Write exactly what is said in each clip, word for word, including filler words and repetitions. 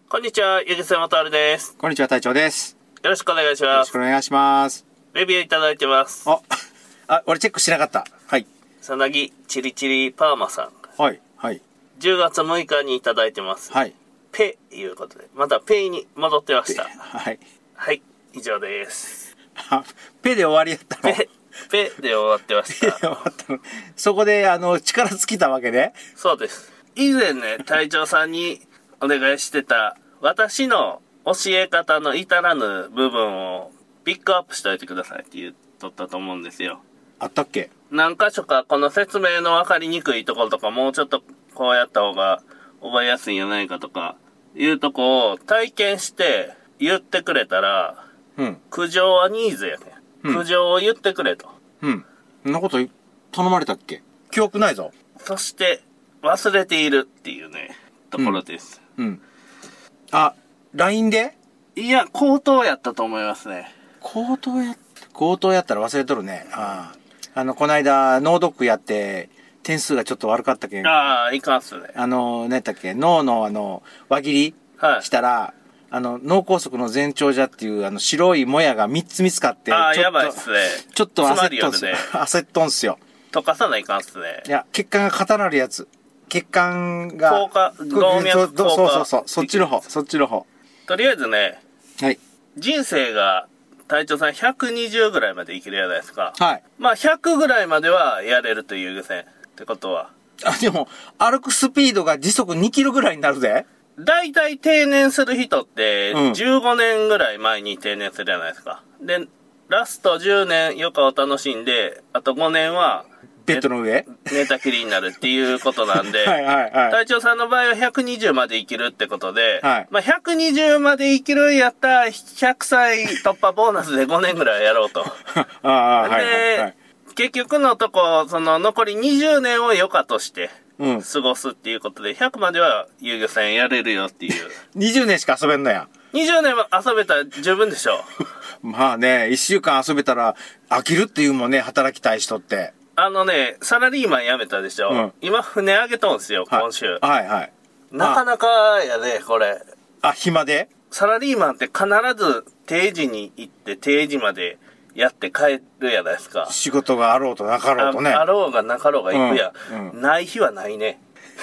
こんにちは、ゆげせまとあるです。 こんにちは、隊長です。 よろしくお願いします。 よろしくお願いします。 レビューいただいてます。 あ、あ、俺チェックしなかった。はい。 さなぎチリチリパーマさん。 はい、はい。 じゅうがつむいかにいただいてます。 はい。 ペいうことで、またペイに戻ってました。 はい。 はい、以上です。 ペで終わりやったの？ ペ、ペで終わってました。 ペで終わったの。そこで、あの、力尽きたわけね。 そうです。以前ね、隊長さんにお願いしてた、私の教え方の至らぬ部分をピックアップしておいてくださいって言っとったと思うんですよ。 あったっけ？ 何箇所かこの説明の分かりにくいところとか、もうちょっとこうやった方が覚えやすいんじゃないかとかいうとこを体験して言ってくれたら、 うん。 苦情はニーズやね、うん。苦情を言ってくれと。 うん。そんなこと頼まれたっけ？記憶ないぞ。 そして忘れているっていうね、ところです。 うん。うん、あ、ライン で？ いや、口頭やったと思いますね。 口頭や、口頭やったら忘れとるね。ああ。あの、この間、脳ドックやって、点数がちょっと悪かったけん。 ああ、いかんっすね。 あの、何やったっけ、脳のあの、輪切りしたら、はい、あの、脳梗塞の前兆じゃっていう、あの、白いもやがみっつ見つかって、 ああ、やばいっすね。 ちょっと焦っとんすよ。焦っとんすよ。 溶かさないかんっすね。 いや、血管が固なるやつ。血管が。 硬化、動脈硬化。 そうそうそう、そっちの方、そっちの方。 とりあえずね、 はい。 人生が、隊長さんひゃくにじゅうぐらいまで生きるじゃないですか。 はい。 まあひゃくぐらいまではやれるという線ってことは。 あ、でも、歩くスピードが時速にキロぐらいになるぜ。 だいたい定年する人って、じゅうごねんぐらい前に定年するじゃないですか。うん、で、ラストじゅうねん余暇を楽しんで、あとごねんは、 ベッドの上寝たきりになるっていうことなんで、 はいはいはい。 隊長さんの場合はひゃくにじゅうまで生きるってことで、 はい、 まあひゃくにじゅうまで生きるんやったら、ひゃくさい突破ボーナスでごねんぐらいやろうと。 ああ、はいはい、はい。 結局のとこ、その残りにじゅうねんを余暇として過ごすっていうことで、ひゃくまでは遊漁船やれるよっていう。 にじゅうねんしか遊べんのや。 にじゅうねんは遊べたら十分でしょう。まあね、いっしゅうかん遊べたら飽きるっていうもんね、働きたい人って。 あのね、サラリーマン辞めたでしょ、うん、今船上げとんすよ、 はい、 今週。 はいはい。 なかなかやね、これ。 あ、暇で？ サラリーマンって必ず定時に行って定時までやって帰るやないですか。 仕事があろうとなかろうとね。 あ, あろうがなかろうが行くや、うんうん、ない日はないね。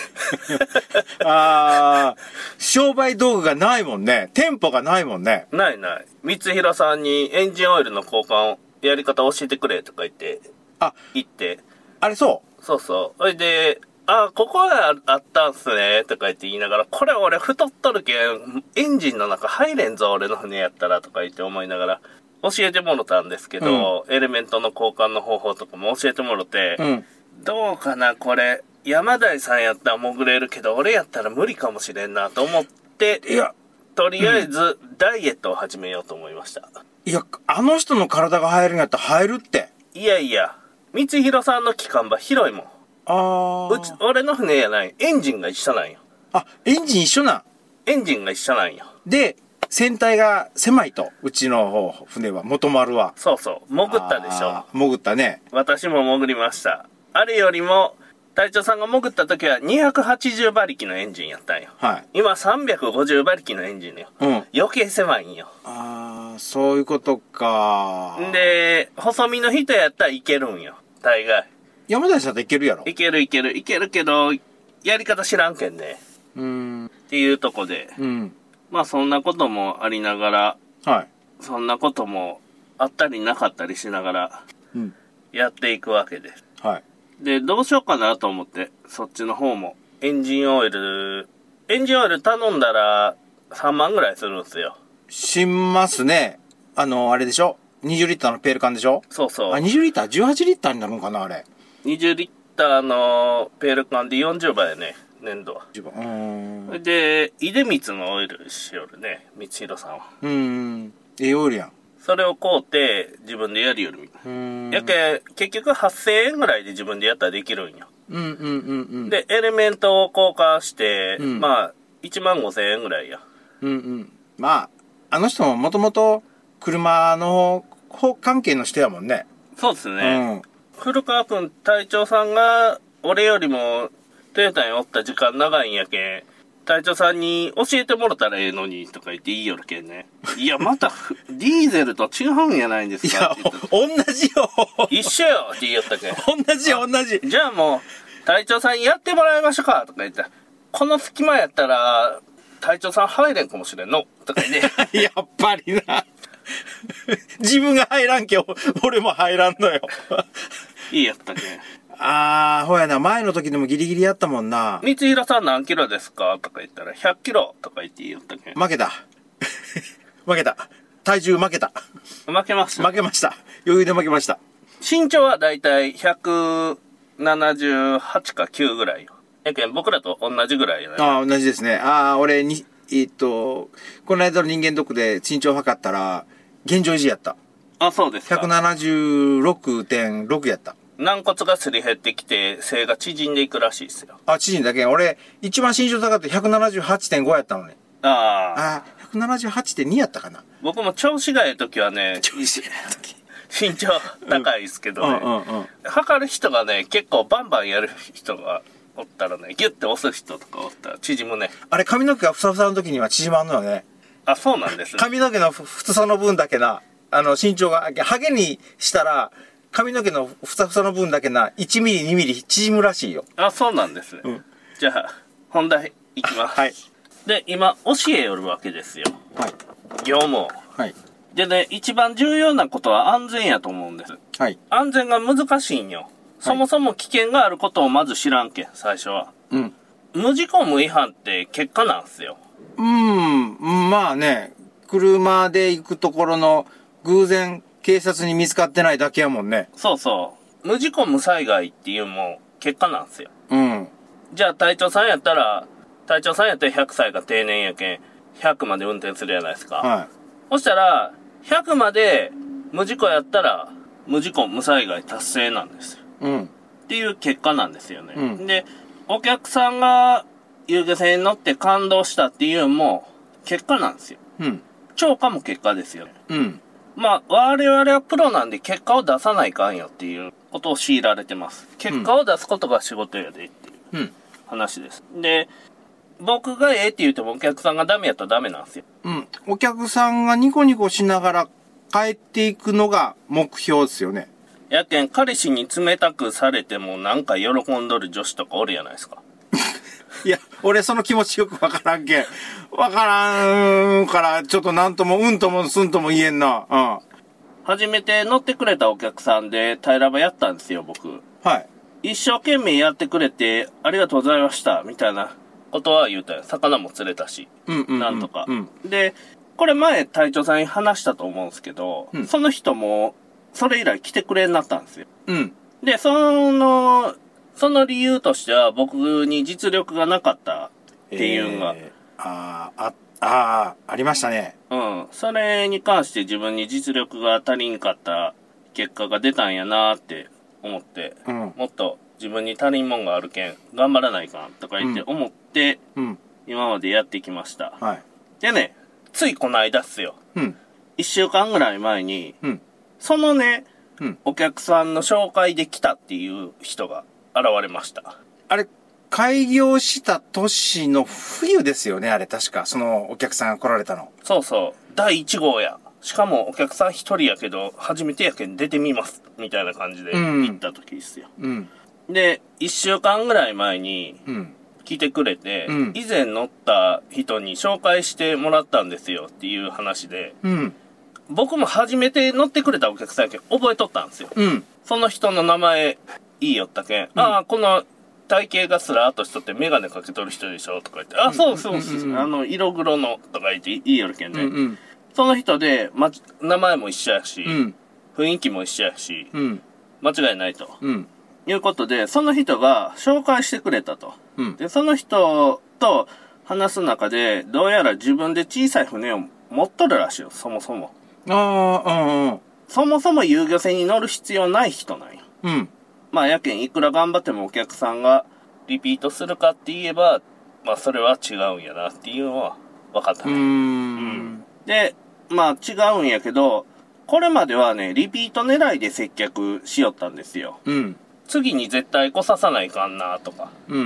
ああ、商売道具がないもんね。店舗がないもんね。 ないない。光弘さんにエンジンオイルの交換をやり方教えてくれとか言って、 あ、 行って。 あれそうそうそう。それで、あ、ここはあったんすね、とか言って言いながら、これ俺太っとるけん、エンジンの中入れんぞ、俺の船やったら、とか言って思いながら、教えてもろたんですけど、うん、エレメントの交換の方法とかも教えてもろて、うん、どうかな、これ、山台さんやったら潜れるけど、俺やったら無理かもしれんな、と思って、いや、とりあえず、ダイエットを始めようと思いました。 いや、あの人の体が入るんやったら入るって。 いやいや、光弘さんの機関場広いもん。 ああ。 うち、俺の船やない。エンジンが一緒なんよ。 あ、エンジン一緒なん？ エンジンが一緒なんよ。 で、船体が狭いと。うちの方、船は、元丸は。 そうそう。潜ったでしょ。 潜ったね。 私も潜りました。あれよりも、隊長さんが潜った時はにひゃくはちじゅうばりきのエンジンやったんよ。はい。今さんびゃくごじゅうばりきのエンジンよ。うん。余計狭いんよ。 ああ、そういうことか。 んで、細身の人やったらいけるんよ。大概。 山田さんだったらいけるやろ。 いけるいけるいけるけど、やり方知らんけんね。 うーん。 っていうとこで。うん。まあそんなこともありながら、はい。そんなこともあったりなかったりしながら、うん。やっていくわけです。はい。で、どうしようかなと思って、そっちの方も。エンジンオイル、エンジンオイル頼んだらさんまんぐらいするんですよ。 しますね。あの、あれでしょ？にじゅうリッターのペール缶でしょ？ そうそう。 あ、にじゅうリッター ?じゅうはち リッターになるのかなあれ。 にじゅうリッターのペール缶でよんじゅうばいやね、粘度は。うーん。で、出光のオイルしよるね、光弘さんは。 うーん。ええオイルやん。 それを買うて、自分でやるよるみたいな。やけ、結局はっせんえんぐらいで自分でやったらできるんよ。 うんうんうんうん。 で、エレメントを交換して、うん、まあ、いちまんごせんえんぐらいや。 うんうん。まあ、あの人ももともと車の関係の人やもんね。 そうですね。うん。古川くん隊長さんが俺よりもトヨタにおった時間長いんやけん、 隊長さんに教えてもらったらええのにとか言って言いよるけんね。いや、また、ディーゼルと違うんやないんですかって言ったいや、同じよ。 一緒よって言いよったけん。 同じよ、同じ。 じゃあもう、隊長さんにやってもらいましょうかとか言ったら、この隙間やったら、隊長さん入れんかもしれんのとか言って。 やっぱりな。自分が入らんけど、俺も入らんのよ。 いいやったけん。 あー、ほやな、前の時でもギリギリやったもんな。 三浦さん何キロですかとか言ったら、ひゃっキロとか言って言いよったけん。 負けた。負けた。体重負けた。 負けました。 負けました。余裕で負けました。 身長はだいたいひゃくななじゅうはちかきゅうぐらいよ。やけん僕らと同じぐらいよね。 ああ、同じですね。ああ、俺に、えっと、この間の人間ドックで身長測ったら、現状維持やった。 あ、そうですか。 ひゃくななじゅうろくてんろく やった。 軟骨がすり減ってきて、背が縮んでいくらしいですよ。 あ、縮んだけん。俺、一番身長高くてひゃくななじゅうはちてんごやったのね。 ああ。 ああ、ひゃくななじゅうはちてんに やったかな。 僕も調子がいい時はね、 調子がいい時。 身長高いですけどね。 うんうんうんうん、 測る人がね、結構バンバンやる人がおったらね、ギュッて押す人とかおったら縮むね。 あれ、髪の毛がふさふさの時には縮まんのよね。 あ、そうなんですね。 髪の毛の太さの分だけな、あの、身長が、ハゲにしたら、髪の毛のふさふさの分だけな、いちミリ、にミリ縮むらしいよ。 あ、そうなんですね。うん、じゃあ、本題いきます。 はい。 で、今、教えよるわけですよ。 はい。 業務を。 はい。 でね、一番重要なことは安全やと思うんです。 はい。 安全が難しいんよ。そもそも危険があることをまず知らんけん、最初は。 うん。 無事故無違反って結果なんすよ。 うーん、まあね、車で行くところの偶然警察に見つかってないだけやもんね。 そうそう。無事故無災害っていうも結果なんすよ。 うん。 じゃあ隊長さんやったら、隊長さんやったらひゃくさいが定年やけん、ひゃくまで運転するじゃないですか。 はい。 そしたら、ひゃくまで無事故やったら、無事故無災害達成なんですよ。 うん。 っていう結果なんですよね。 うん、 で、お客さんが遊漁船に乗って感動したっていうのも結果なんですよ。 うん。 超過も結果ですよね。 うん。 まあ、我々はプロなんで結果を出さないかんよっていうことを強いられてます。結果を出すことが仕事やでっていう話です。うん、で、僕がええって言ってもお客さんがダメやったらダメなんですよ。 うん。お客さんがニコニコしながら帰っていくのが目標ですよね。 やけん、彼氏に冷たくされてもなんか喜んどる女子とかおるやないですか。 いや、俺その気持ちよくわからんけん。わからんから、ちょっとなんとも、うんともすんとも言えんな。うん。 初めて乗ってくれたお客さんで平場やったんですよ、僕。 はい。 一生懸命やってくれて、ありがとうございました、みたいなことは言うたよ。魚も釣れたし。 うんうんうん、 なんとか、 うん。 で、これ前隊長さんに話したと思うんですけど、うん、その人も、それ以来来てくれになったんですよ。 うん。 で、その、その理由としては僕に実力がなかったっていうのが。 えー、ああ、あ、ああ、ありましたね。 うん。それに関して自分に実力が足りんかった結果が出たんやなって思って、 うん、 もっと自分に足りんもんがあるけん、頑張らないかんとか言って思って、 うん、 今までやってきました。 はい。 でね、ついこの間っすよ。 うん。 一週間ぐらい前に、 うん、 そのね、 うん、 お客さんの紹介で来たっていう人が現れました。 あれ、開業した年の冬ですよね、あれ確か。そのお客さんが来られたの。 そうそう。だいいち号や。しかもお客さん一人やけど、初めてやけん出てみます。みたいな感じで行った時ですよ。 うん。 で、一週間ぐらい前に来てくれて、 うん、 以前乗った人に紹介してもらったんですよっていう話で、 うん、 僕も初めて乗ってくれたお客さんやけん覚えとったんですよ。 うん、 その人の名前いいよったけん、うん、ああ、この体型がスラーっとしとってメガネかけとる人でしょとか言って、あ、そうそうそう、うんうん、あの、色黒のとか言っていいよるけんね。 うんうん、 その人で、ま、名前も一緒やし、 うん、 雰囲気も一緒やし、 うん、 間違いないと。 うん、 いうことで、その人が紹介してくれたと。 うん、 で、その人と話す中で、どうやら自分で小さい船を持っとるらしいよ、そもそも。 ああ、うんうん。 そもそも遊漁船に乗る必要ない人なんよ。 うん。 まあ、やけんいくら頑張ってもお客さんがリピートするかって言えば、まあ、それは違うんやなっていうのは分かったね。 うーん。 うん。で、まあ、違うんやけど、これまではね、リピート狙いで接客しよったんですよ。 うん。 次に絶対来ささないかんなとか。 うん。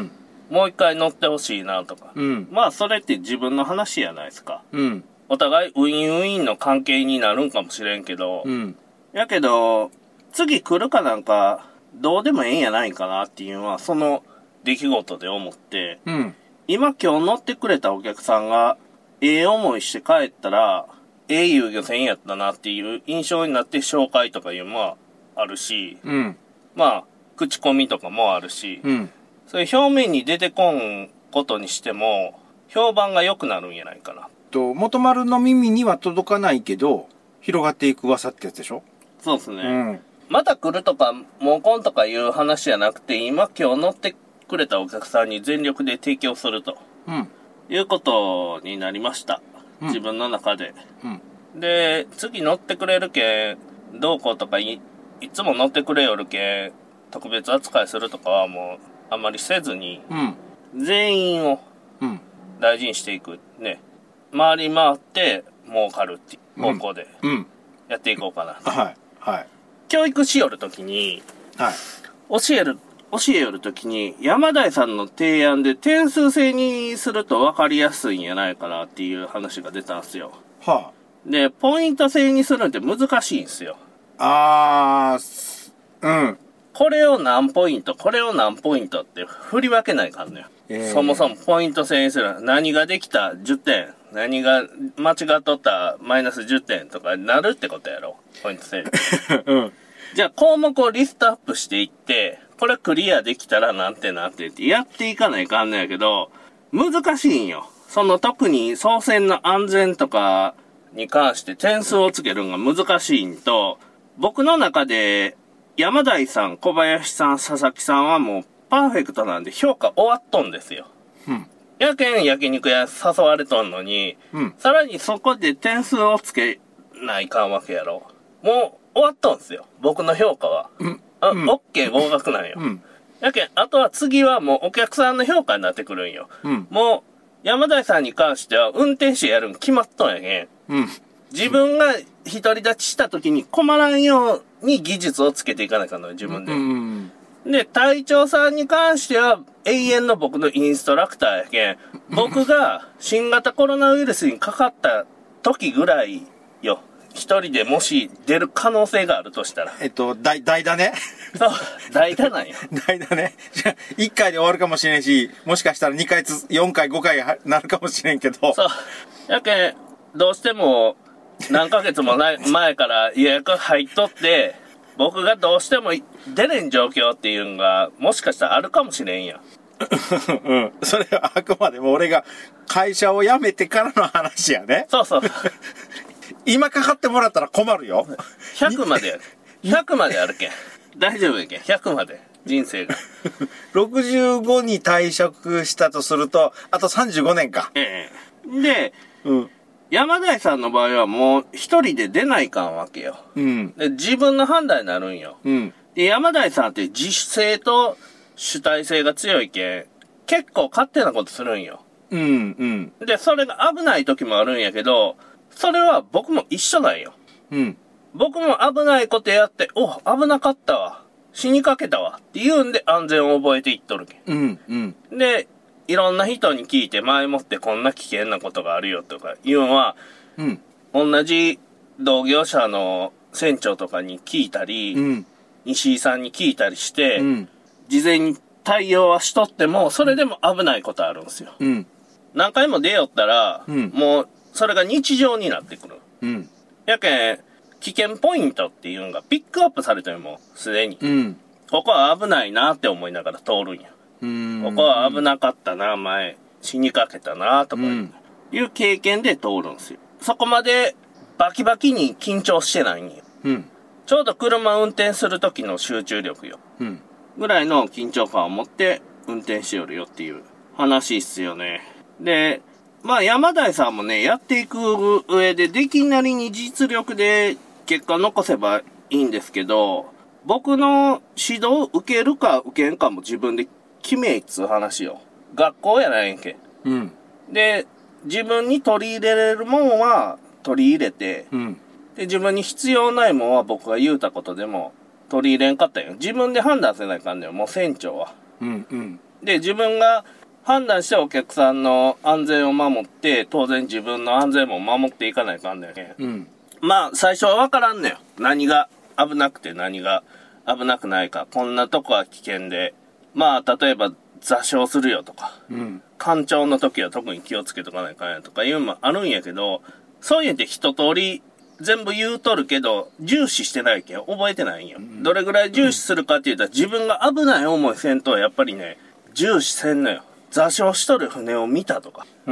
もう一回乗ってほしいなとか。 うん。 まあそれって自分の話やないですか。 うん。 お互いウィンウィンの関係になるんかもしれんけど、 うん。 やけど、次来るかなんか、どうでもええんやないかなっていうのは、その出来事で思って、 うん。 今今日乗ってくれたお客さんが、ええ思いして帰ったら、ええ遊漁船やったなっていう印象になって紹介とかいうのはあるし、 うん。 まあ、口コミとかもあるし、 うん。 そういう表面に出てこんことにしても、評判が良くなるんやないかな。 と、元丸の耳には届かないけど、広がっていく噂ってやつでしょ？ そうですね。 うん。 また来るとか、もう来んとかいう話じゃなくて、今今日乗ってくれたお客さんに全力で提供すると。 うん。 いうことになりました。 うん、 自分の中で。 うん。 で、次乗ってくれるけん、どうこうとかい、いつも乗ってくれよるけん、特別扱いするとかはもう、あんまりせずに、 うん。 全員を大事にしていく。ね。回り回って儲かるっていう方向で、やっていこうかな、 うん。はい。はい。 教育しよるときに、 はい。 教える、教えよるときに、山田さんの提案で点数制にすると分かりやすいんやないかなっていう話が出たんですよ。 はあ。で、ポイント制にするのって難しいんですよ。 あー、うん。 これを何ポイント、これを何ポイントって振り分けないかんのよ。えー、そもそもポイント制にする。何ができたじゅってん。何が間違っとったマイナスじゅってんとかなるってことやろ。ポイント制。 うん。 じゃあ項目をリストアップしていって、これクリアできたらなんてなんてってやっていかないかんのやけど、難しいんよ。その特に操船の安全とかに関して点数をつけるのが難しいんと、僕の中で山田さん、小林さん、佐々木さんはもうパーフェクトなんで評価終わっとんですよ。 うん。 やけん焼肉屋誘われとんのに、うん、さらにそこで点数をつけないかんわけやろ。もう終わっとんですよ。僕の評価は。うん。あ、うん、オッケー合格なんよ。うん。やけん、あとは次はもうお客さんの評価になってくるんよ。うん。もう、山田さんに関しては運転手やるん決まっとんやけん。うん。自分が独り立ちした時に困らんように技術をつけていかないかんのよ、自分で。うん。で、隊長さんに関しては永遠の僕のインストラクターやけん、僕が新型コロナウイルスにかかった時ぐらいよ。一人でもし出る可能性があるとしたら。 えっと、代、代打ね。 そう、代打なんよ。 代打ね。じゃあ、いっかいで終わるかもしれんし、もしかしたらにかいつ、よんかい、ごかいなるかもしれんけど。 そう。やけん、どうしても何ヶ月もない前から予約入っとって、僕がどうしても出れん状況っていうのが、もしかしたらあるかもしれんや。 うん。それはあくまでも俺が会社を辞めてからの話やね。 そうそう。 今かかってもらったら困るよ。 ひゃくまでやる。ひゃくまでやるけん。大丈夫やけん。ひゃくまで。人生が。 ろくじゅうごに退職したとすると、あとさんじゅうごねんか。 ええ。で、うん。山田さんの場合はもう一人で出ないかんわけよ。うん。で、自分の判断になるんよ。うん。で、山田さんって自主性と主体性が強いけん、結構勝手なことするんよ。うん、うん。で、それが危ない時もあるんやけど、それは僕も一緒なんよ。うん。僕も危ないことやって、お、危なかったわ。死にかけたわ。って言うんで安全を覚えていっとるけん。うん、うん。で、いろんな人に聞いて前もってこんな危険なことがあるよとかいうのは、うん。同じ同業者の船長とかに聞いたり、うん。西井さんに聞いたりして、うん。事前に対応はしとっても、それでも危ないことあるんですよ。うん。何回も出よったら、うん。もう、それが日常になってくる。うん。やけん、危険ポイントっていうのがピックアップされてるもうすでに。うん。ここは危ないなって思いながら通るんや。うん。ここは危なかったな、前。死にかけたな、とかいう経験で通るんですよ。そこまでバキバキに緊張してないんよ。うん。ちょうど車運転する時の集中力よ。うん。ぐらいの緊張感を持って運転しよるよっていう話っすよね。で、まあ山田さんもね、やっていく上でできなりに実力で結果残せばいいんですけど、僕の指導を受けるか受けんかも自分で決めいっつう話よ。学校やないんけ。うん。で、自分に取り入れれるもんは取り入れて、うん。で、自分に必要ないもんは僕が言うたことでも取り入れんかったよ。自分で判断せないかんねよ、もう船長は。うんうん。で、自分が判断してお客さんの安全を守って、当然自分の安全も守っていかないかんだよね。 うん。 まあ、最初はわからんのよ。何が危なくて何が危なくないか。こんなとこは危険で。まあ、例えば座礁するよとか。 うん。 干潮の時は特に気をつけとかないかんやとかいうのもあるんやけど、そういうのって一通り全部言うとるけど、重視してないけん覚えてないんよ。うん、どれぐらい重視するかって言ったら、自分が危ない思いせんとやっぱりね、重視せんのよ。座礁しとる船を見たとか。 うん。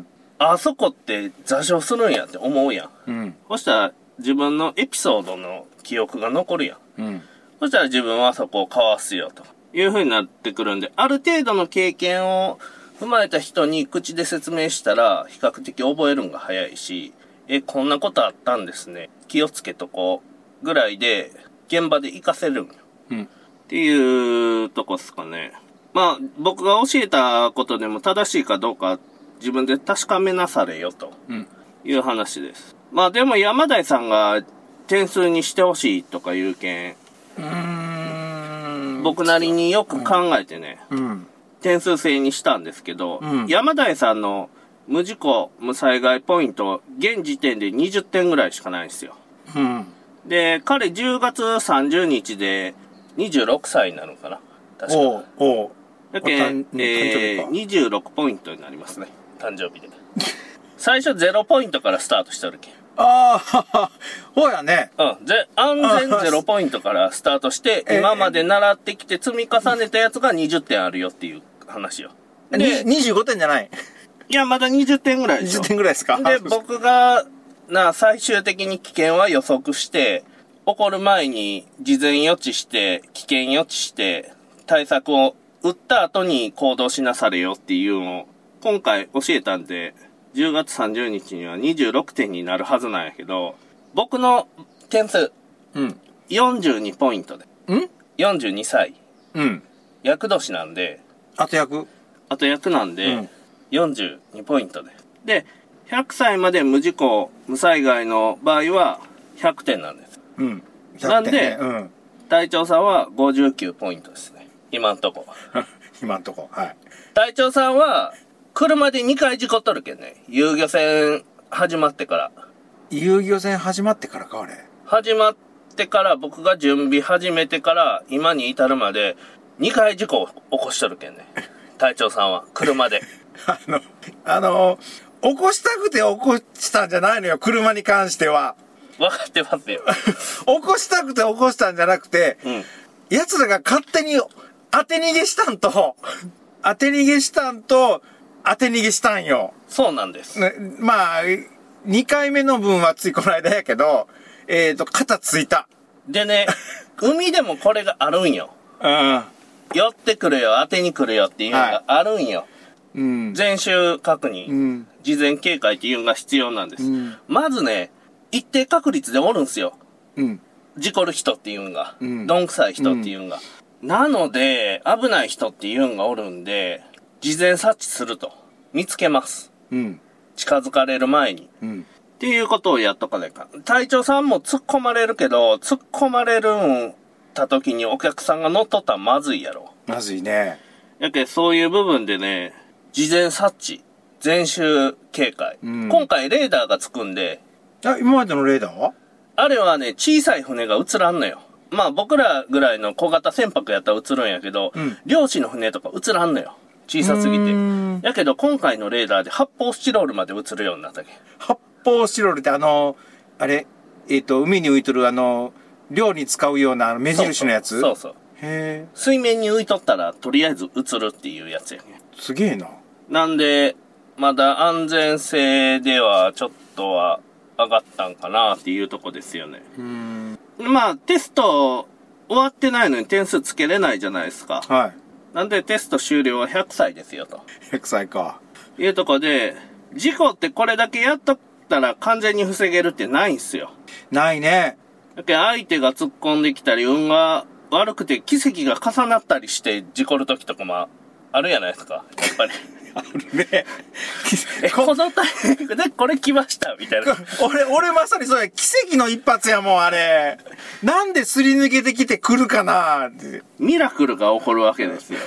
あそこって座礁するんやって思うやん。 うん。 そしたら自分のエピソードの記憶が残るやん。 うん。 そしたら自分はそこをかわすよという風になってくるんで、ある程度の経験を踏まえた人に口で説明したら比較的覚えるんが早いし、え、こんなことあったんですね。気をつけとこうぐらいで現場で活かせるんよ。 うん。 っていうとこっすかね。まあ僕が教えたことでも正しいかどうか自分で確かめなされよという話です。まあでも山台さんが点数にしてほしいとかいう件、 うーん、 僕なりによく考えてね、 うん、 点数制にしたんですけど、 うん、 山台さんの無事故無災害ポイント現時点でにじゅってんぐらいしかないんですよ。 うん、 で彼じゅうがつさんじゅうにちでにじゅうろくさいになるのかな、確か。 おうおうだけん、えー、にじゅうろくポイントになりますね、誕生日で。最初ゼロポイントからスタートしてるけん。 ああ、ほうやね。 うん。ぜ、安全ゼロポイントからスタートして、今まで習ってきて積み重ねたやつがにじゅってんあるよっていう話よ。 で、にじゅうごてんじゃない？ いや、まだにじゅってんぐらいでしょ。 にじゅってんぐらいですか？ で、僕が、な、最終的に危険は予測して、起こる前に事前予知して、危険予知して、対策を打った後に行動しなされよっていうのを、今回教えたんで、じゅうがつさんじゅうにちにはにじゅうろくてんになるはずなんやけど、僕の点数、 うん。 よんじゅうにポイントで。 ん ? よんじゅうにさい。 うん。 役年なんで、 後役あと役なんで、 うん、 よんじゅうにポイントで。で、ひゃくさいまで無事故、無災害の場合はひゃくてんなんです。 うん。 なんで、 うん、 隊長さんはごじゅうきゅうポイントですね。今んとこ。 今んとこ。はい。 隊長さんは、車でにかい事故っとるけんね。遊漁船始まってから。 遊漁船始まってからか、あれ。 始まってから、僕が準備始めてから、今に至るまで、にかい事故を起こしとるけんね。隊長さんは、車で。 あの、あの、起こしたくて起こしたんじゃないのよ、車に関しては。 分かってますよ。 起こしたくて起こしたんじゃなくて、うん、奴らが勝手に当て逃げしたんと、当て逃げしたんと、当て逃げしたんよ。 そうなんです。 ね、まあ、にかいめの分はついこの間やけど、えっと、肩ついた。 でね、海でもこれがあるんよ。 うん。 寄ってくるよ、当てに来るよっていうのがあるんよ。 はい、うん。 前週確認、うん、事前警戒っていうのが必要なんです。うん、まずね、一定確率でおるんすよ。うん。事故る人っていうのが。うん。どんくさい人っていうのが。うん、なので、危ない人っていうのがおるんで、事前察知すると。見つけます。うん。近づかれる前に。うん。っていうことをやっとかないか。隊長さんも突っ込まれるけど、突っ込まれるんた時にお客さんが乗っとったらまずいやろ。 まずいね。 やけそういう部分でね、事前察知、前週警戒。うん、今回レーダーがつくんで。 あ、今までのレーダーは？ あれはね、小さい船が映らんのよ。まあ僕らぐらいの小型船舶やったら映るんやけど、うん、漁師の船とか映らんのよ。小さすぎて。やけど今回のレーダーで発泡スチロールまで映るようになったけん。 発泡スチロールってあの、あれ、えっと、海に浮いとるあの、漁に使うような目印のやつ？ そうそう。 へー。 水面に浮いとったらとりあえず映るっていうやつやね。 すげえな。 なんで、まだ安全性ではちょっとは上がったんかなっていうとこですよね。うーん。まあ、テスト終わってないのに点数つけれないじゃないですか。 はい。 なんでテスト終了はひゃくさいですよと。 ひゃくさいか。 いうとこで、事故ってこれだけやっとったら完全に防げるってないんすよ。 ないね。 だけど相手が突っ込んできたり、運が悪くて奇跡が重なったりして事故る時とかもあるやないですか。やっぱり。 あるね。 え、このタイミングでこれ来ましたみたいな。 俺、俺まさにそうや。奇跡の一発やもん、あれ。なんですり抜けてきて来るかなって。 ミラクルが起こるわけですよ。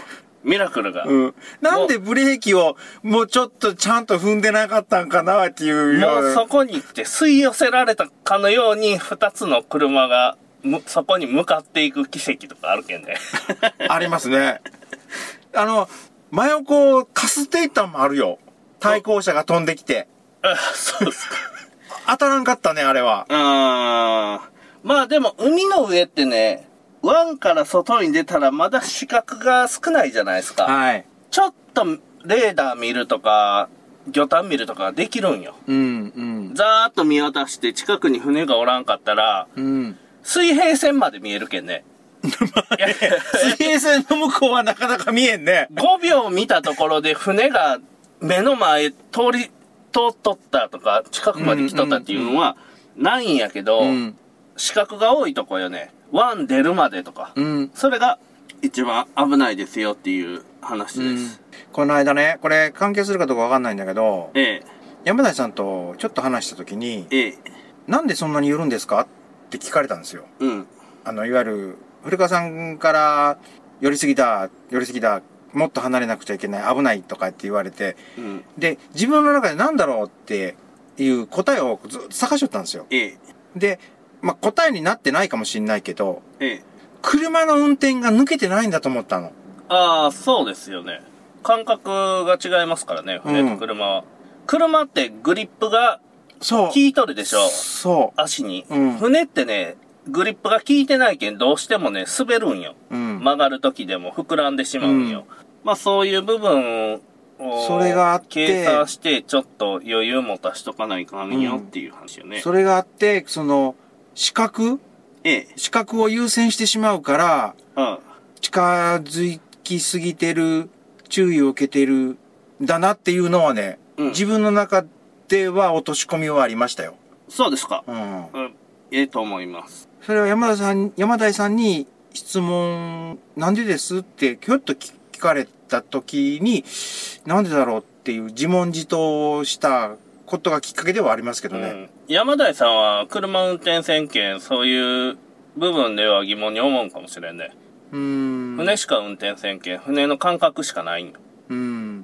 ミラクルが。 うん。なんでブレーキをもうちょっとちゃんと踏んでなかったんかなっていう。 もうそこに行って吸い寄せられたかのように二つの車がむそこに向かっていく奇跡とかあるけんね。 ありますね。あの、真横をかすっていったんもあるよ。対向車が飛んできて。 あ、そうですか。 当たらんかったね、あれは。 あー。まあでも海の上ってね、湾から外に出たらまだ視覚が少ないじゃないですか。 はい。 ちょっとレーダー見るとか、魚探見るとかできるんよ。 うん、うん。 ざーっと見渡して近くに船がおらんかったら、 うん。 水平線まで見えるけんね。 水平線の向こうはなかなか見えんね。 ごびょう見たところで船が目の前通り、通っとったとか、近くまで来とったっていうのはないんやけど、うん、視覚が多いとこよね。湾出るまでとか。うん、それが一番危ないですよっていう話です。うん、 この間ね、これ関係するかどうかわかんないんだけど、 ええ、 山田さんとちょっと話したときに、 ええ、 なんでそんなに寄るんですかって聞かれたんですよ。 うん。 あの、いわゆる、古川さんから寄りすぎだ、寄りすぎだ、もっと離れなくちゃいけない、危ないとかって言われて、うん、で、自分の中で何だろうっていう答えをずっと探しとったんですよ。 ええ、で、 まあ、答えになってないかもしれないけど、 ええ、 車の運転が抜けてないんだと思ったの。 ああ、そうですよね。感覚が違いますからね、船と車は。うん、車ってグリップが効いとるでしょ。 そう。 足に、うん。船ってね、グリップが効いてないけんどうしてもね、滑るんよ。うん、曲がる時でも膨らんでしまうんよ。うん、まあそういう部分をそれがあって計算してちょっと余裕持たしとかないかんよっていう話よね。 うん、それがあって、その、視覚ええ。 視覚を優先してしまうから、 うん、 近づきすぎてる、注意を受けてる、んだなっていうのはね、うん、自分の中では落とし込みはありましたよ。 そうですか。 うん。 うん、ええと思います。 それは山田さん、山田さんに質問、なんでですってひょっと聞かれた時に、なんでだろうっていう自問自答したことがきっかけではありますけどね。うん、 山田さんは車運転せんけん、そういう部分では疑問に思うかもしれんね。 うーん。 船しか運転せんけん、船の感覚しかないんよ。 うん。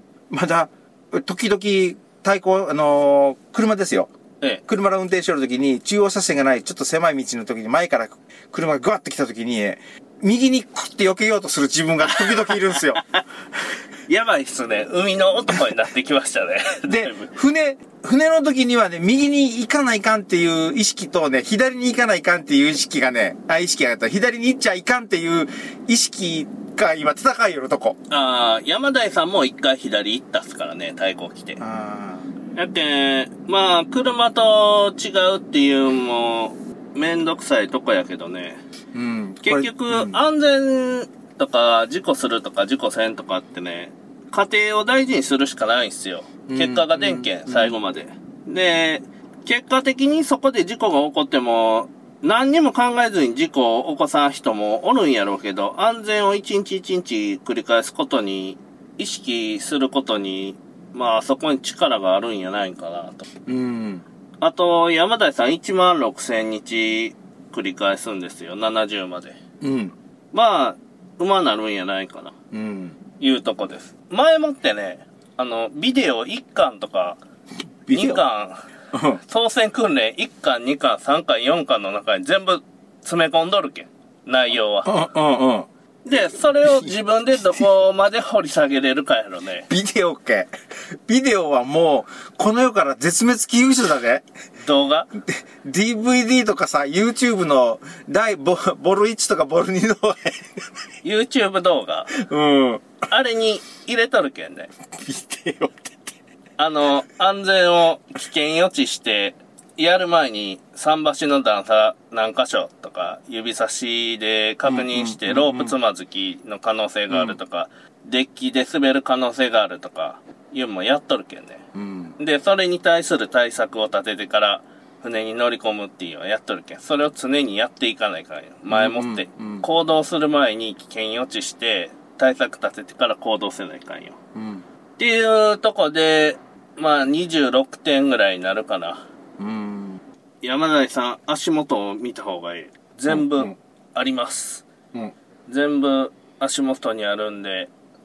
まだ、時々、対向、あのー、車ですよ。 ええ、 車の運転してるときに、中央車線がないちょっと狭い道のときに、前から車がグワッと来たときに、右にクッて避けようとする自分が時々いるんですよ。 やばいっすね。海の男になってきましたね。 で、船、船の時にはね、右に行かないかんっていう意識とね、左に行かないかんっていう意識がね、あ、意識があったら、左に行っちゃいかんっていう意識が今戦いよるとこ。 ああ、山田さんも一回左行ったっすからね、対向来て。 ああ。 だって、まあ、車と違うっていうのも、めんどくさいとこやけどね。 うん。 結局、うん、安全とか、事故するとか、事故せんとかってね、家庭を大事にするしかないんすよ。結果が出んけん、うん、最後まで。で、結果的にそこで事故が起こっても、何にも考えずに事故を起こさん人もおるんやろうけど、安全を一日一日繰り返すことに、意識することに、まあそこに力があるんやないんかなと。 うん。 あと、山田さんいちまんろくせんにち繰り返すんですよ。ななじゅうまで。 うん。 まあ、馬なるんやないかな。 うん。 いうとこです。前もってね、あの、ビデオいっかんとか、にかん、当選訓練いっかん、にかん、さんかん、よんかんの中に全部詰め込んどるけん。内容は。 うんうんうん。 で、それを自分でどこまで掘り下げれるかやろね。 ビデオっけ。ビデオはもう、この世から絶滅危惧種だね。 動画ディーブイディー とかさ、YouTube の第ボ、ボルいちとかボルにの YouTube 動画。 うん。 あれに入れとるけんね。 ビデオって。 あの、安全を危険予知して、やる前に桟橋の段差何箇所とか指差しで確認してロープつまずきの可能性があるとか、デッキで滑る可能性があるとかいうのもやっとるけんね、 うん、 でそれに対する対策を立ててから船に乗り込むっていうのはやっとるけん、それを常にやっていかないからよ。前もって行動する前に危険予知して対策立ててから行動せないかんよ、 うん、 っていうとこでまあにじゅうろくてんぐらいになるかな。 うん、 山田さん、足元を見た方がいい。全部あります。 うんうん、 全部足元にあるんで、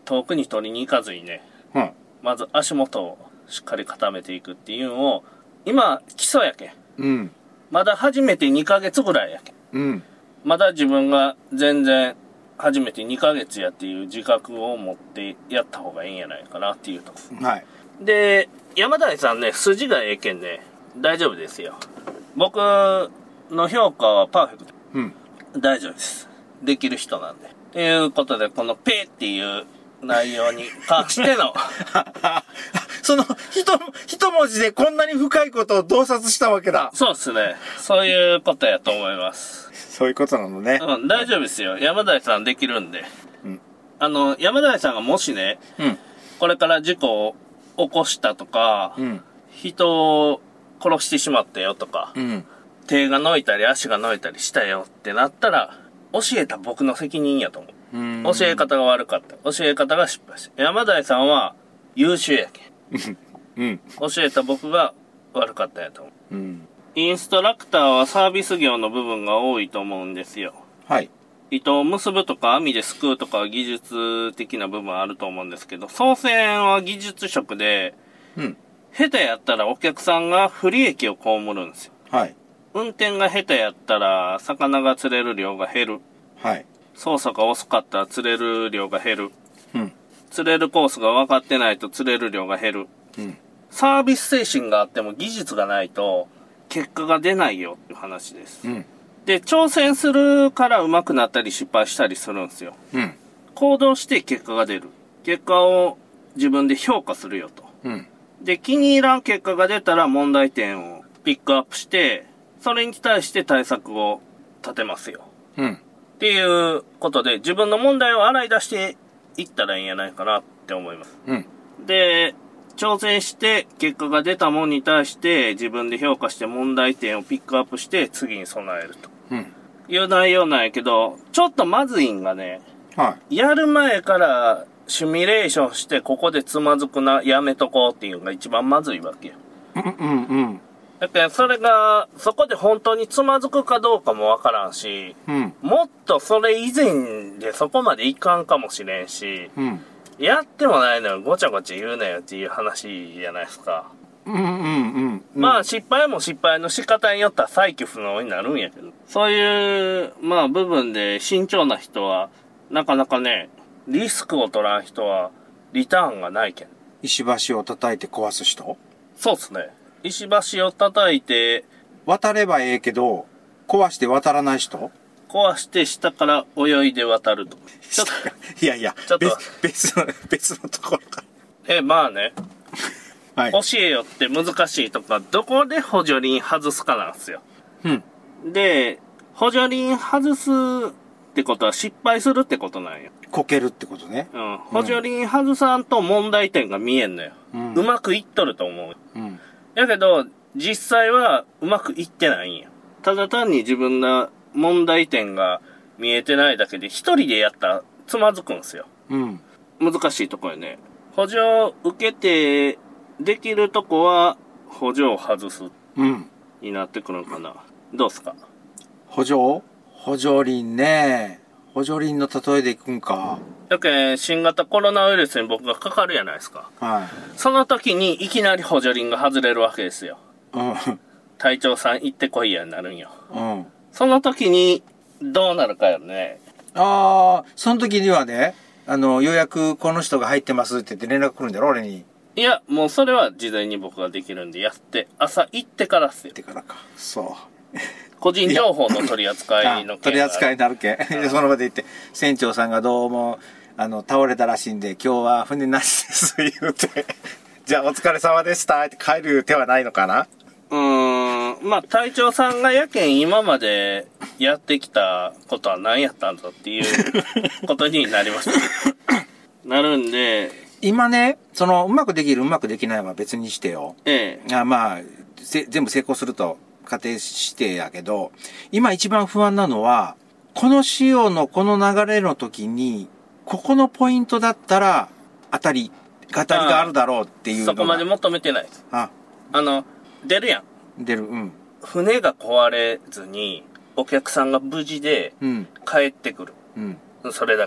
遠くに取りに行かずにね、 うん。 まず足元をしっかり固めていくっていうのを、今、基礎やけん。 うん。 まだ初めてにかげつぐらいやけん。 うん。 まだ自分が全然初めてにかげつやっていう自覚を持ってやった方がいいんやないかなっていうとこ。 はい。 で、山谷さんね、筋がええけんね、大丈夫ですよ。僕の評価はパーフェクト。 うん。 大丈夫です。できる人なんで。ということで、このペーっていう内容に関してのその一一文字でこんなに深いことを洞察したわけだ。 そうですね。そういうことやと思います。 そういうことなのね。 うん、大丈夫ですよ。山谷さんできるんで。 うん。 あの、山谷さんがもしね、 うん。 これから事故を起こしたとか、 うん。 人を殺してしまったよとか、 うん。 手が伸いたり足が伸いたりしたよってなったら、教えた僕の責任やと思う。 うん。 教え方が悪かった。教え方が失敗した。山谷さんは優秀やけん。 うん。 教えた僕が悪かったやと思う。 うん。 インストラクターはサービス業の部分が多いと思うんですよ。 はい。 糸を結ぶとか網ですくうとかは技術的な部分あると思うんですけど、操船は技術職で、 うん。 下手やったらお客さんが不利益を被るんですよ。 はい。 運転が下手やったら魚が釣れる量が減る。 はい。 操作が遅かったら釣れる量が減る。 うん。 釣れるコースが分かってないと釣れる量が減る。 うん。 サービス精神があっても技術がないと結果が出ないよっていう話です。 うん。 で、挑戦するから上手くなったり失敗したりするんですよ。 うん。 行動して結果が出る。結果を自分で評価するよと。 うん。 で、気に入らん結果が出たら問題点をピックアップして、それに対して対策を立てますよ。 うん。 っていうことで、自分の問題を洗い出していったらいいんやないかなって思います。 うん。 で、挑戦して結果が出たものに対して自分で評価して問題点をピックアップして次に備えると。 うん。 いう内容なんやけど、ちょっとまずいんがね、 はやる前からシミュレーションしてここでつまずくな、やめとこうっていうのが一番まずいわけよ。 い。うんうんうん。 だからそれが、そこで本当につまずくかどうかもわからんし、 うん。 もっとそれ以前でそこまでいかんかもしれんし、 うん。 やってもないのよ、ごちゃごちゃ言うなよっていう話じゃないですか。 うんうんうん。 まあ失敗も失敗の仕方によっては再起不能になるんやけど、そういう、まあ部分で慎重な人は、なかなかね、リスクを取らん人は、リターンがないけん。 石橋を叩いて壊す人？ そうっすね。石橋を叩いて、 渡ればええけど、壊して渡らない人？ 壊して下から泳いで渡ると。ちょっと、 いやいや、 ちょっと別、別の、別のところかえ、まあね、 ら。はい。 教えよって難しいとか、どこで補助輪外すかなんですよ。 うん。 で、補助輪外すってことは失敗するってことなんよ。 こけるってことね。 うん。補助輪外さんと問題点が見えんのよ。 ううんまくいっとると思う。 うん。 やけど、実際はうまくいってないんよ。ただ単に自分の問題点が見えてないだけで、一人でやったらつまずくんすよ。 うん。 難しいとこよね。補助を受けて、できるとこは補助を外すうん。 になってくるのかな。どうすか？ 補助補助輪ね。補助輪の例えでいくんか。 やけん、新型コロナウイルスに僕がかかるやないですか。 はその時にいきなり補助輪が外れるわけですよ。 い。うん。 隊長さん行ってこいやになるんよ。 うん。 その時にどうなるかよね。 ああ、その時にはね、あの、ようやくこの人が入ってますって言って連絡来るんだろ、俺に。 いや、もうそれは事前に僕ができるんでやって、朝行ってからっすよっ。てからか。そう。 個人情報の取り扱いの件が取り扱いになるけん。で、その場で言って、船長さんがどうも、あの、倒れたらしいんで、今日は船なしです、言うて。じゃあ、お疲れ様でしたって帰る手はないのかな？ うーん、まあ隊長さんがやけん今までやってきたことは何やったんだっていうことになります。なるんで、 今ね、その、うまくできる、うまくできないは別にしてよ。 ええ。 あまあ、せ全部成功すると仮定してやけど、今一番不安なのは、この潮のこの流れの時に、ここのポイントだったら、当たり、当たりがあるだろうっていうのが。 そこまで求めてないです。 あ、 あの、出るやん。 出る、うん。 船が壊れずに、お客さんが無事でうん。 帰ってくる。 うん。 それだけ。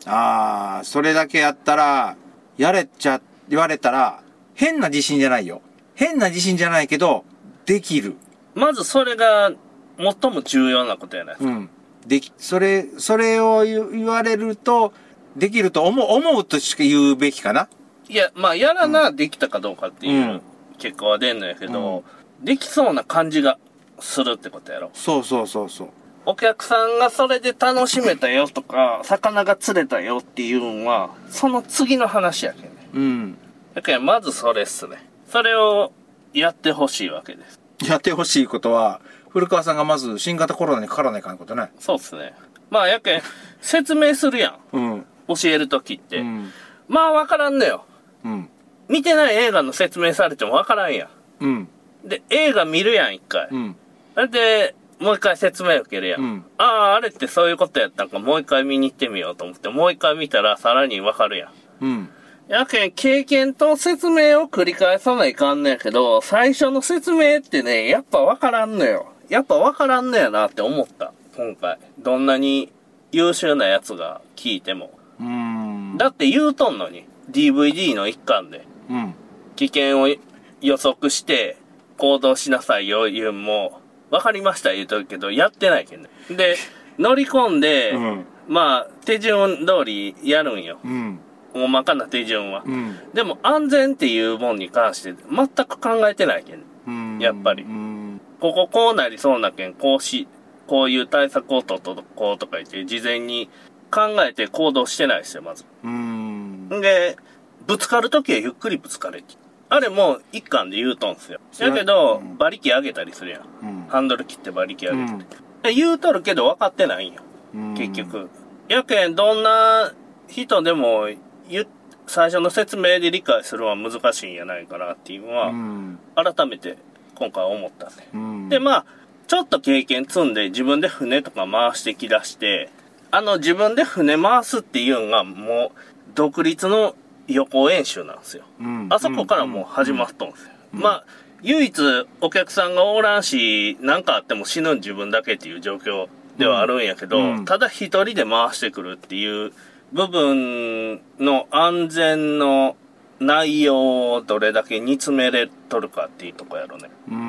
ああ、それだけやったら、やれちゃ、言われたら、変な自信じゃないよ。変な自信じゃないけど、できる。 まずそれが、最も重要なことやないですか。 うん。でき、それ、それを言言われると、できると思う、思うとしか言うべきかな。 いや、まあ、やらな、できたかどうかっていう結果は出んのやけど、うん、できそうな感じがするってことやろ。 そうそうそうそう。 お客さんがそれで楽しめたよとか、魚が釣れたよっていうのは、その次の話やけんね。 うん。 だからまずそれっすね。それをやってほしいわけです。 やってほしいことは、古川さんがまず新型コロナにかからないかんことね。 そうっすね。まあやけん、説明するやん。 うん。 教えるときって。 うん。 まあわからんのよ。 うん。 見てない映画の説明されてもわからんやん。 うん。 で、映画見るやん、一回。 うん。 それで、もう一回説明受けるやん。 うん、 ああ、あれってそういうことやったんか、もう一回見に行ってみようと思って、もう一回見たらさらにわかるやん。 うん。 やけん、経験と説明を繰り返さないかんねんけど、最初の説明ってね、やっぱわからんのよ。やっぱわからんのやなって思った。今回。どんなに優秀なやつが聞いても。 うーん。 だって言うとんのに。ディーブイディー の一環で。 うん。 危険を予測して行動しなさいよ言うんも、わかりました言うとるけど、やってないけんね。で、乗り込んで、うん、まあ、手順通りやるんよ。うん。大まかな手順は。うん。でも、安全っていうもんに関して全く考えてないけんね。うん。やっぱり。うん。こここうなりそうなけん、こうし、こういう対策をとっとこうとか言って、事前に考えて行動してないですよ、まず。うん。で、ぶつかるときはゆっくりぶつかれって。あれも一貫で言うとんすよ。だけど、うん、馬力上げたりするやん。うん、ハンドル切って馬力上げたり。うん、言うとるけど分かってないんよ。うん、結局。やけん、どんな人でも言、最初の説明で理解するのは難しいんやないかなっていうのは、うん、改めて今回思ったね。うん、で、まあ、ちょっと経験積んで自分で船とか回してきだして、あの自分で船回すっていうのがもう独立の予行演習なんですよ。うん、あそこからもう始まっとんですよ。うん、まあ、唯一お客さんがおらんし、何かあっても死ぬ自分だけっていう状況ではあるんやけど、うん、ただ一人で回してくるっていう部分の安全の内容をどれだけ煮詰めれとるかっていうとこやろね。うん、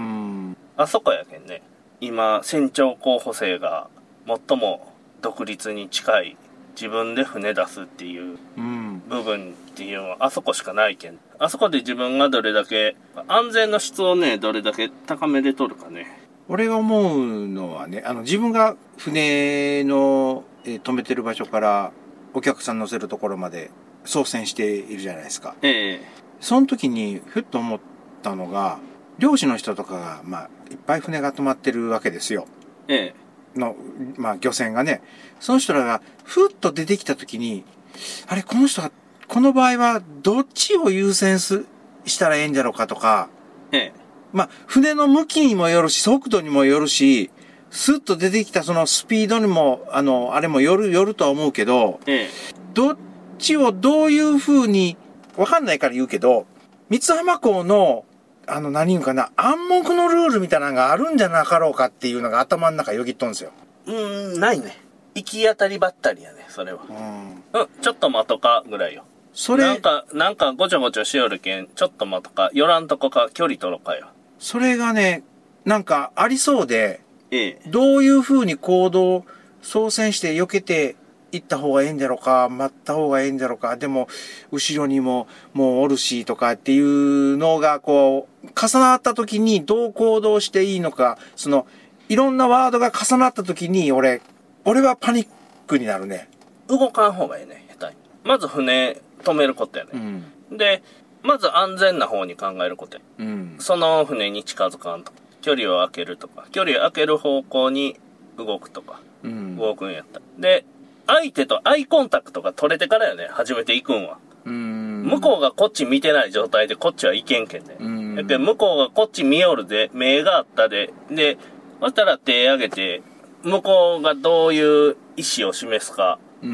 あそこやけんね。今、船長候補生が最も独立に近い自分で船出すっていう部分っていうのはあそこしかないけん。あそこで自分がどれだけ安全の質をね、どれだけ高めでとるかね。 俺が思うのはね、あの自分が船の、えー、止めてる場所からお客さん乗せるところまで操船しているじゃないですか。ええ。その時にふっと思ったのが、漁師の人とかがまあいっぱい船が止まってるわけですよ。ええ。の、まあ、漁船がね、その人らが、ふっと出てきたときに、あれ、この人は、この場合は、どっちを優先す、したらええんじゃろうかとか、ええ。まあ、船の向きにもよるし、速度にもよるし、スッと出てきたそのスピードにも、あの、あれもよる、よるとは思うけど、ええ。どっちをどういう風に、わかんないから言うけど、三浜港の、あの、何言うかな、暗黙のルールみたいなのがあるんじゃなかろうかっていうのが頭の中よぎっとんですよ。 うーん、ないね。行き当たりばったりやね、それは。うん。うん、ちょっと待とか、ぐらいよ。それ。なんか、なんかごちょごちょしよるけん、ちょっと待とか、寄らんとこか、距離取ろかよ。 それがね、なんかありそうで、ええ。どういう風に行動、操船して避けて、行った方がいいんだろうか、待った方がいいんだろうか、でも、後ろにも、もうおるし、とかっていうのが、こう、重なった時にどう行動していいのか、その、いろんなワードが重なった時に、俺、俺はパニックになるね。 動かん方がいいね、下手に。まず船止めることやね。うん、で、まず安全な方に考えることや。うん、その船に近づかんとか、距離を空けるとか、距離を空ける方向に動くとか、うん、動くんやった。で、相手とアイコンタクトが取れてからやね、初めて行くんは。うーん、向こうがこっち見てない状態でこっちは行けんけんね。うん、で向こうがこっち見よるで、目があったで、で、そしたら手上げて、向こうがどういう意思を示すか、うんうん、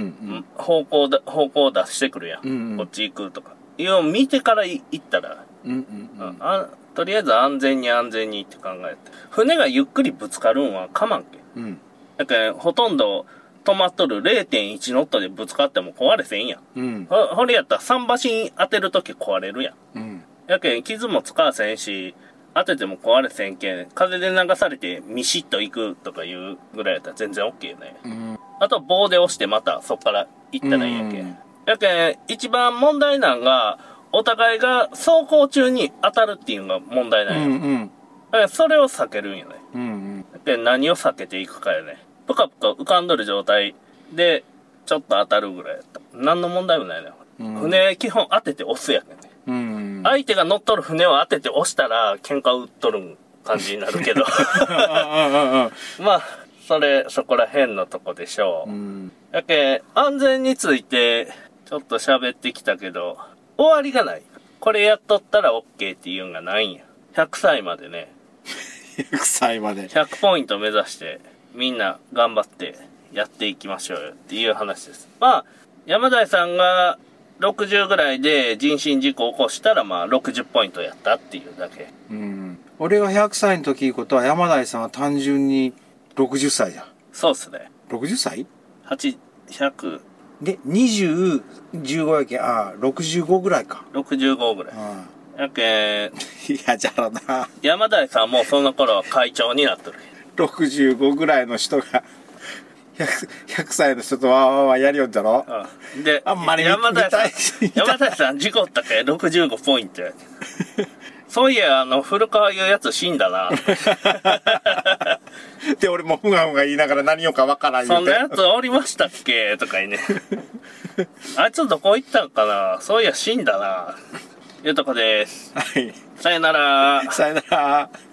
方向だ、方向を出してくるやん。うんうん、こっち行くとか。いうのを見てから行ったら、うんうんうん、あ、とりあえず安全に安全にって考えて。船がゆっくりぶつかるんはかまんけん。うん、だからほとんど、 止まっとる れいてんいち ノットでぶつかっても壊れせんやん。 うん。 ほ、ほれやったら桟橋に当てるとき壊れるやん。 うん。 やけん、傷もつかわせんし、当てても壊れせんけん、風で流されてミシッと行くとかいうぐらいやったら全然 OK ね。 うん。 あとは棒で押してまたそっから行ったらいいやけん。 うん。 やけん、一番問題なんが、お互いが走行中に当たるっていうのが問題なんや。 うん。うん。 だからそれを避けるんよね。 うん。 やけん、何を避けていくかやね。ぷかぷか浮かんどる状態で、ちょっと当たるぐらいやった。何の問題もないね。 うん。 船、基本当てて押すやけんね。 うん。 相手が乗っとる船を当てて押したら、喧嘩売っとる感じになるけど。まあ、それ、そこら辺のとこでしょう。うん、やけ、安全について、ちょっと喋ってきたけど、終わりがない。これやっとったら OK っていうんがないんや。ひゃくさいまでね。 ひゃくさいまで。 ひゃくポイント目指して、みんな頑張ってやっていきましょうよっていう話です。まあ、山田さんがろくじゅうぐらいで人身事故を起こしたら、まあろくじゅうポイントやったっていうだけ。 うん。俺がひゃくさいの時いうことは、山田さんは単純にろくじゅっさいじゃん。 そうっすね。 ろくじゅっさいはち、ひゃく。 で、にじゅう、じゅうごやけん、ああ、ろくじゅうごぐらいか。 ろくじゅうごぐらい。 うん。 やけん、 いや、じゃろな。 山田さんもその頃は会長になっとる。 ろくじゅうごぐらいの人がひゃく、ひゃくさいの人とわーわーわーやりよんじゃろ。 うん。で、 あんまり山田さん、山田さん事故ったけろくじゅうごポイントや。そういや、あの、古川いうやつ死んだな。 で、俺もふがふが言いながら何をかわからん言うて。そんなやつおりましたっけとかにね。あいつどこ行ったんかな、そういや死んだな。いうとこです。 はい。 さよなら。 さよなら。